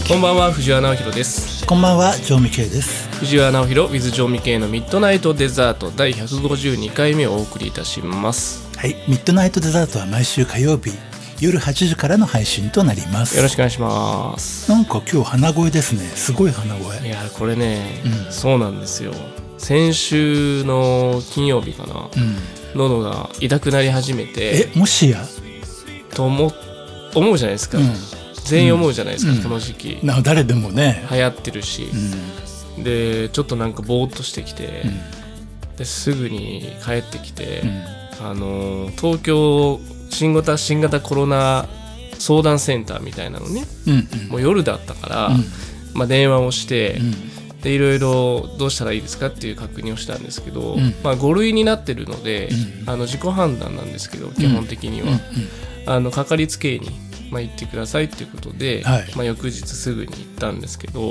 こんばんは、藤原直弘です。 こんばんは、城美圭です。 藤原直弘 with 城美圭のミッドナイトデザート第152回目をお送りいたします。 はい、ミッドナイトデザートは毎週火曜日夜8時からの配信となります。 よろしくお願いします。 なんか今日鼻声ですね。すごい鼻声。 いやこれね、そうなんですよ。先週の金曜日かな、喉が痛くなり始めて、 もしやと思うじゃないですか、全員思うじゃないですか、この時期誰でもね流行ってるし、でちょっとなんかぼーっとしてきて、ですぐに帰ってきて、東京新型コロナ相談センターみたいなのね、もう夜だったから、電話をして、でいろいろどうしたらいいですかっていう確認をしたんですけど、5類になってるので、自己判断なんですけど、基本的には、かかりつけ医に、行ってくださいっていうことで、翌日すぐに行ったんですけど、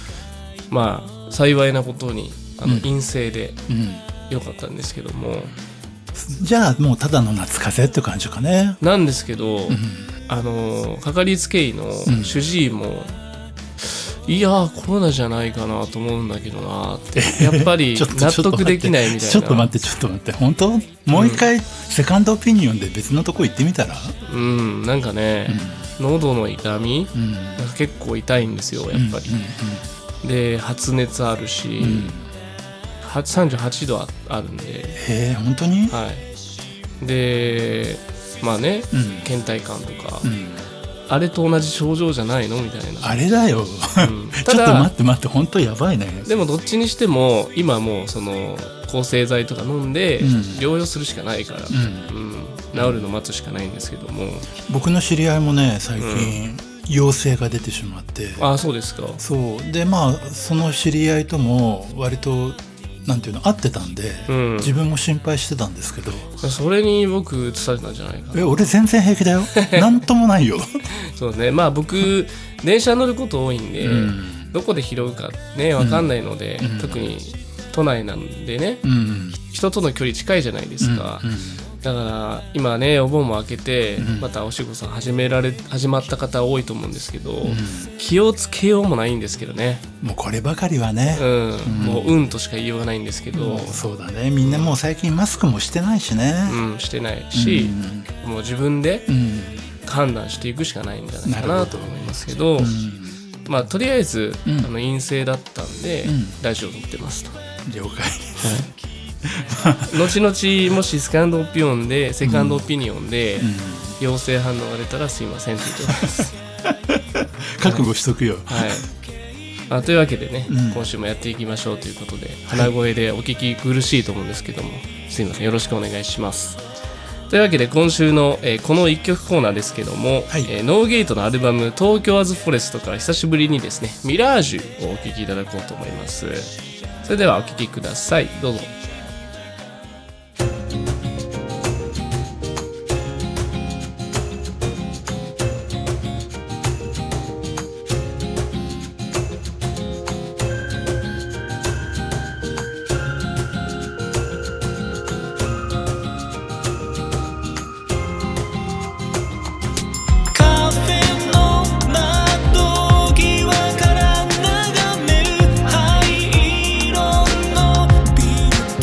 幸いなことに陰性でよかったんですけども、 じゃあもうただの夏風邪って感じかね。 なんですけど、かかりつけ医の主治医も、いやコロナじゃないかなと思うんだけどなってやっぱり納得できないみたいな。 ちょっと待って本当もう一回セカンドオピニオンで別のとこ行ってみたら。なんかね、喉の痛み、結構痛いんですよやっぱり、で発熱あるし、38度あるんで。本当に？ で倦怠感とか、あれと同じ症状じゃないのみたいな。 あれだよ、ちょっと待って本当やばいね。 でもどっちにしても今もうその抗生剤とか飲んで療養するしかないから、治るの待つしかないんですけども、 僕の知り合いもね最近、陽性が出てしまって。 そうですか。 そうでその知り合いとも割となんていうの会ってたんで、自分も心配してたんですけど、 それに僕移されたんじゃないかな。 俺全然平気だよなんともないよそうね、僕電車乗ること多いんで、どこで拾うかね分かんないので、特に都内なんでね、人との距離近いじゃないですか、だから今ねお盆も明けて、またお仕事さん始まった方多いと思うんですけど、気をつけようもないんですけどね。 もうこればかりはね、 もうとしか言いようがないんですけど、 そうだね、みんなもう最近マスクもしてないしね、 してないし、もう自分で判断していくしかないんじゃないかなと思いますけど、とりあえず、陰性だったんで、ラジオ撮ってますと。 了解です、 後々もしセカンドオピニオンで陽性反応が出たらすいませんって言ってます。 覚悟しとくよ。 というわけでね、今週もやっていきましょうということで、鼻声でお聞き苦しいと思うんですけども、すいません、よろしくお願いします。というわけで今週の、この1曲コーナーですけども、ノーゲートのアルバム東京アズフォレストから久しぶりにですねミラージュをお聴きいただこうと思います。それではお聴きください、どうぞ。 ビール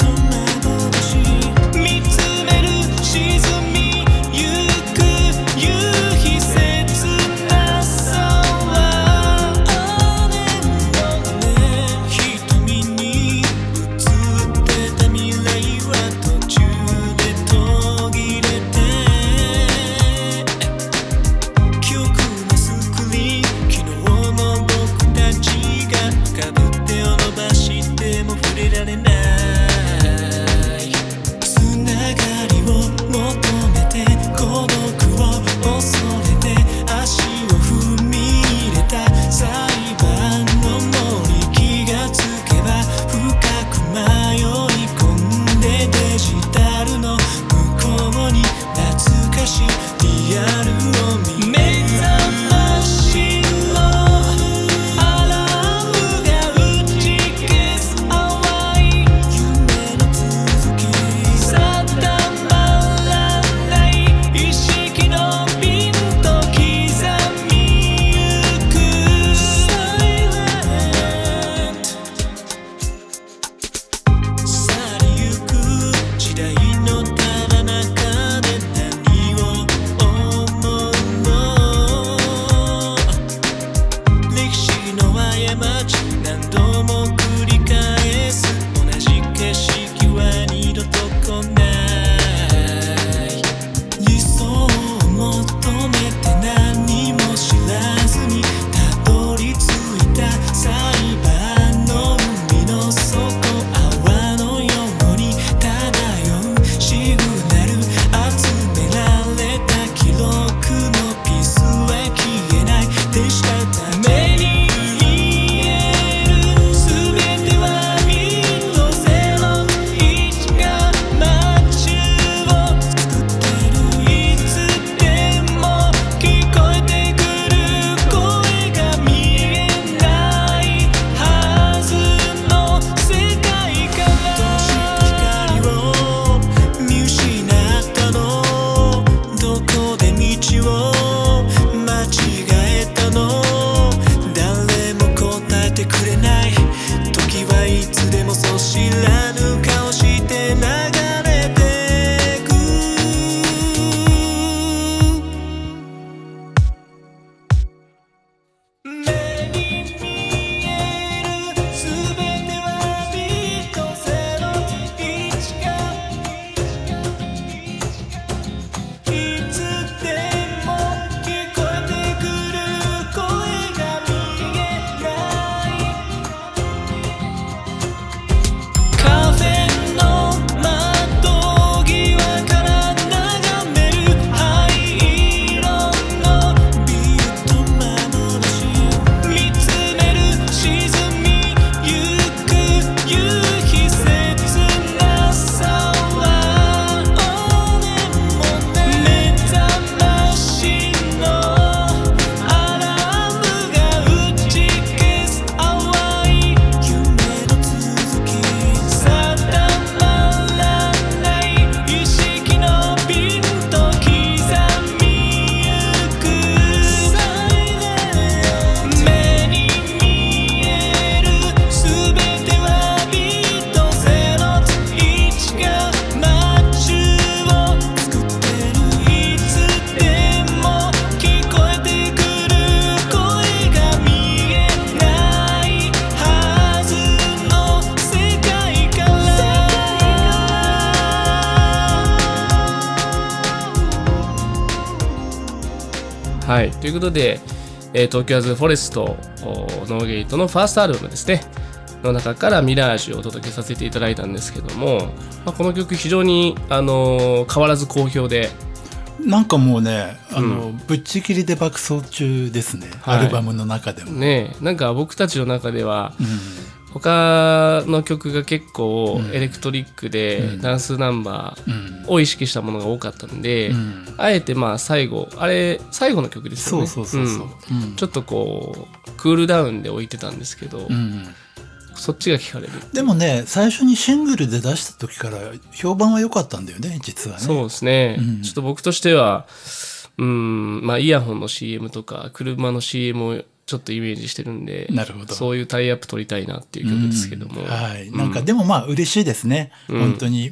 はい、ということで、東京アズフォレストノーゲートのファーストアルバムですねの中からミラージュをお届けさせていただいたんですけども、この曲非常に、変わらず好評で、 なんかもうねぶっちぎりで爆走中ですね、はい、アルバムの中でもね。なんか僕たちの中では、他の曲が結構エレクトリックでダンスナンバーを意識したものが多かったんで、あえて最後の曲ですよね。そうちょっとこうクールダウンで置いてたんですけど、そっちが聞かれる。でもね、最初にシングルで出した時から評判は良かったんだよね、実はね。 そうですね、ちょっと僕としてはイヤホンの CM とか車の CM をちょっとイメージしてるんで、 なるほど、 そういうタイアップ取りたいなっていう曲ですけども、 はい、なんかでも嬉しいですね、本当に。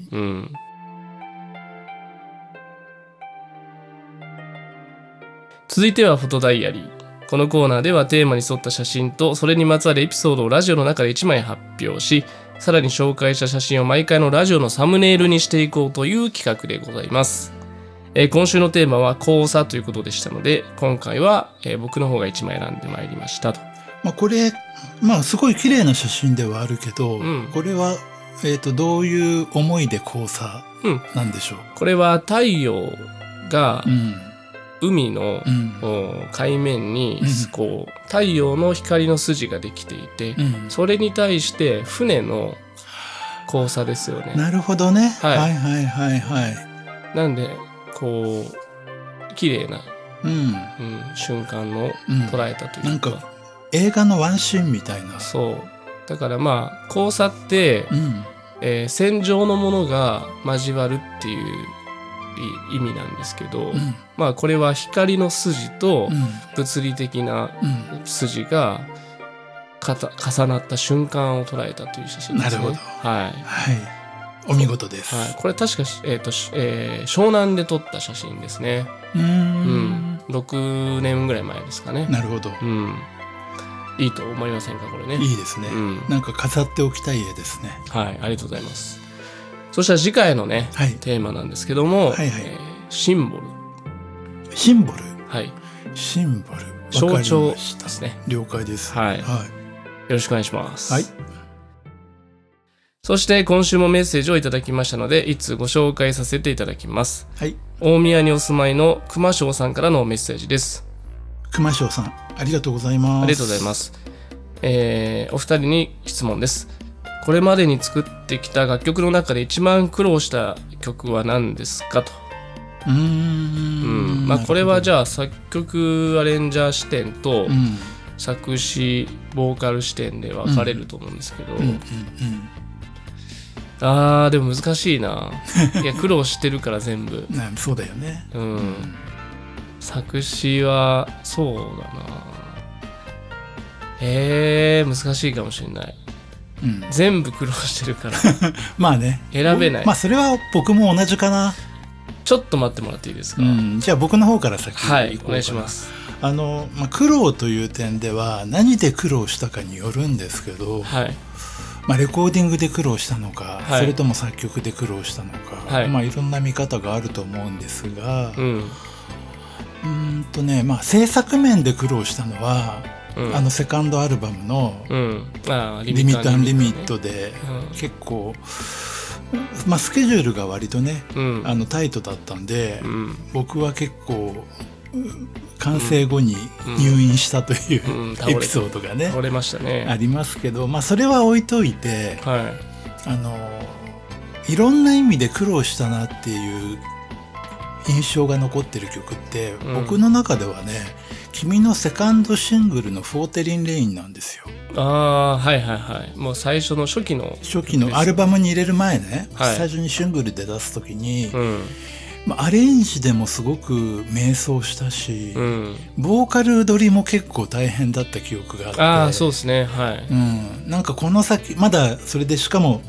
続いてはフォトダイアリー。このコーナーではテーマに沿った写真とそれにまつわるエピソードをラジオの中で1枚発表し、さらに紹介した写真を毎回のラジオのサムネイルにしていこうという企画でございます。今週のテーマは交差ということでしたので、今回は、僕の方が1枚選んでまいりましたと。 これすごい綺麗な写真ではあるけど、これは、どういう思いで交差なんでしょう。 これは太陽が、海の海面にこう太陽の光の筋ができていて、それに対して船の交差ですよね。 なるほどね、はいはいはいはい。 なんでこう綺麗な、瞬間の捉えたというか、 なんか映画のワンシーンみたいな。 そうだから交差って、線状のものが交わるっていう意味なんですけど、これは光の筋と物理的な筋が重なった瞬間を捉えたという写真ですね。 なるほど、 はい、 はい、お見事です。 はい、これ確か、湘南で撮った写真ですね。6年ぐらい前ですかね。 なるほど、 いいと思いませんか、これね。 いいですね、なんか飾っておきたい絵ですね。 はい、ありがとうございます。そしたら次回のね、テーマなんですけども、シンボル。 シンボル。 はい。 シンボル。 象徴ですね。 了解です。 はい。よろしくお願いします。 はい。 そして今週もメッセージをいただきましたので、いつご紹介させていただきます。 はい。 大宮にお住まいの熊翔さんからのメッセージです。 熊翔さん、ありがとうございます。 ありがとうございます。お二人に質問です。これまでに作ってきた楽曲の中で一番苦労した曲は何ですかと。これはじゃあ作曲アレンジャー視点と作詞ボーカル視点で分かれると思うんですけど、でも難しいな。いや苦労してるから全部そうだよね。 作詞はそうだな。難しいかもしれない。全部苦労してるからね、 選べない。 それは僕も同じかな。 ちょっと待ってもらっていいですか。 じゃあ僕の方から先に。 はい、お願いします。 苦労という点では何で苦労したかによるんですけど、レコーディングで苦労したのか、それとも作曲で苦労したのか、いろんな見方があると思うんですが、制作面で苦労したのはセカンドアルバムのリミット&リミットで結構スケジュールが割とねタイトだったんで、僕は結構完成後に入院したというエピソードがねありますけど、それは置いといて、いろんな意味で苦労したなっていう印象が残ってる曲って、僕の中ではね、君のセカンドシングルのフォーテリンレインなんですよ。 もう最初の初期のアルバムに入れる前ね、最初にシングルで出す時に、アレンジでもすごく迷走したし、ボーカル取りも結構大変だった記憶があって、 そうですね、 なんかこの先まだそれでしかも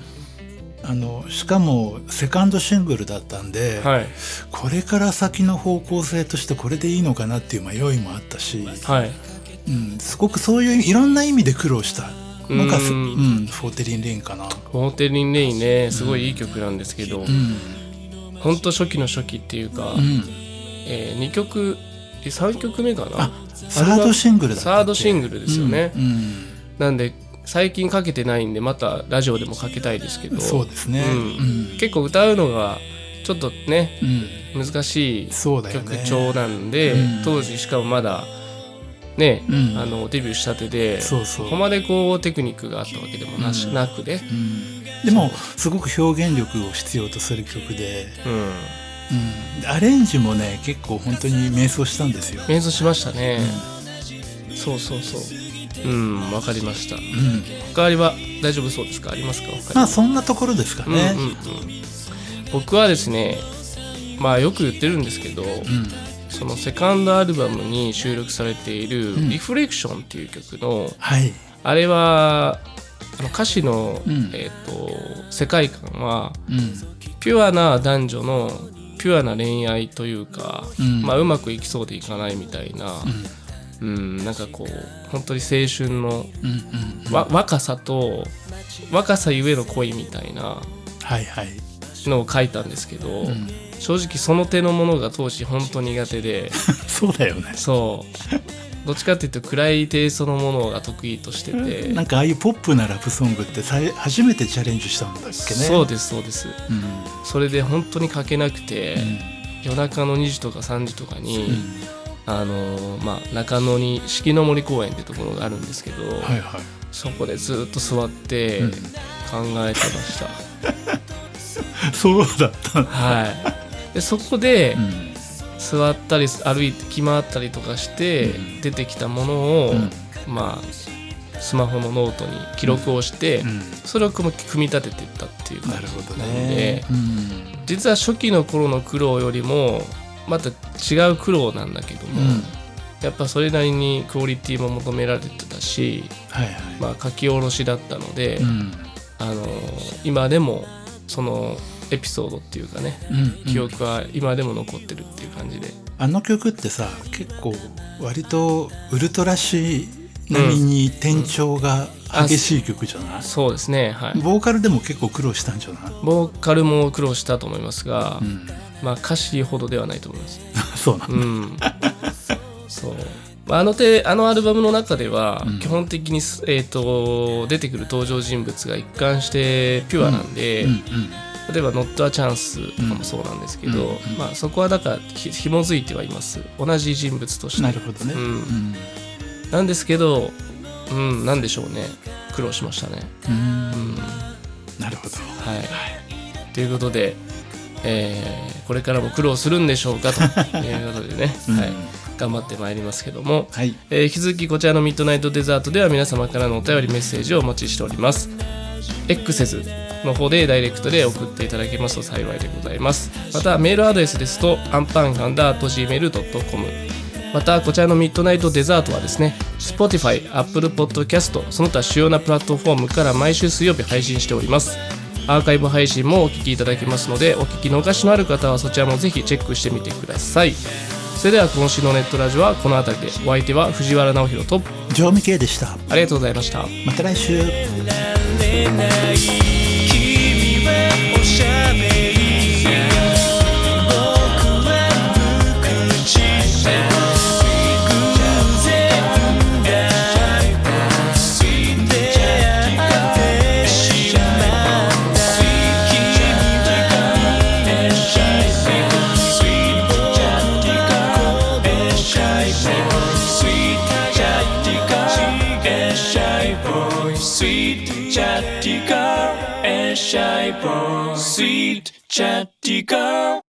セカンドシングルだったんで、これから先の方向性としてこれでいいのかなっていう迷いもあったし、すごくそういういろんな意味で苦労したのがフォーテリンレインかな。 フォーテリンレインね、すごいいい曲なんですけど、ほんと初期の初期っていうか、2曲 3曲目かな、 サードシングルだったっけ。 サードシングルですよね、 うん、 なんで最近かけてないんでまたラジオでもかけたいですけど、 そうですね、 結構歌うのがちょっとね、難しい曲調なんで、当時しかもまだね、デビューしたてで、ここまでこうテクニックがあったわけでもなくね、 でもすごく表現力を必要とする曲で、アレンジもね結構本当に迷走したんですよ。 迷走しましたね、そうわかりました、他ありは大丈夫そうですか？ありますか？ まあそんなところですかね、 僕はですね、まあよく言ってるんですけど、そのセカンドアルバムに収録されている「リフレクション」っていう曲の、あれは歌詞の、世界観は、ピュアな男女のピュアな恋愛というか、うまくいきそうでいかないみたいな、なんかこう本当に青春の、若さと若さゆえの恋みたいなのを書いたんですけど、正直その手のものが当時本当苦手でそうだよね。 そうどっちかっていうと暗いテイストのものが得意としてて、 なんかああいうポップなラブソングって初めてチャレンジしたんだっけね。 そうです、それで本当に書けなくて、夜中の2時とか3時とかに、中野に四季の森公園ってところがあるんですけど、そこでずっと座って考えてました、 そうだったでそこで、座ったり歩いて気回ったりとかして出てきたものを、スマホのノートに記録をして、それを組み立てていったっていう感じなので、実は初期の頃の苦労よりもまた違う苦労なんだけども、やっぱそれなりにクオリティも求められてたし、書き下ろしだったので、今でもそのエピソードっていうかね、記憶は今でも残ってるっていう感じで、 あの曲ってさ結構割とウルトラシ並みに転調が激しい曲じゃない？ そうですね、 ボーカルでも結構苦労したんじゃない？ ボーカルも苦労したと思いますが、歌詞ほどではないと思いますそうなんだ、 そうあのアルバムの中では基本的に、出てくる登場人物が一貫してピュアなんで、例えば Not a Chance とかもそうなんですけど、そこはだから紐づいてはいます、同じ人物として。 なるほどね、 なんですけど、なんでしょうね、苦労しましたね。 なるほど、 ということで、これからも苦労するんでしょうかということでね、頑張ってまいりますけども、引き続きこちらのミッドナイトデザートでは皆様からのお便りメッセージをお待ちしております。Xの方でダイレクトで送っていただけますと幸いでございます。またメールアドレスですとanpan@gmail.com、 またこちらのミッドナイトデザートはですね Spotify、Apple Podcast その他主要なプラットフォームから毎週水曜日配信しております。アーカイブ配信もお聞きいただけますので、お聞き逃しのある方はそちらもぜひチェックしてみてください。それでは今週のネットラジオはこの辺りで。お相手は藤原直弘と城見圭でした。 ありがとうございました。 また来週。 君はおしゃべり、僕は無口で偶然出会ってしまった。君はシャイボーイ、僕はシャイボーイ、スイートチャッティカー、シャイボーイ、スイートチャッティカー、Shy boy, sweet chatty girl.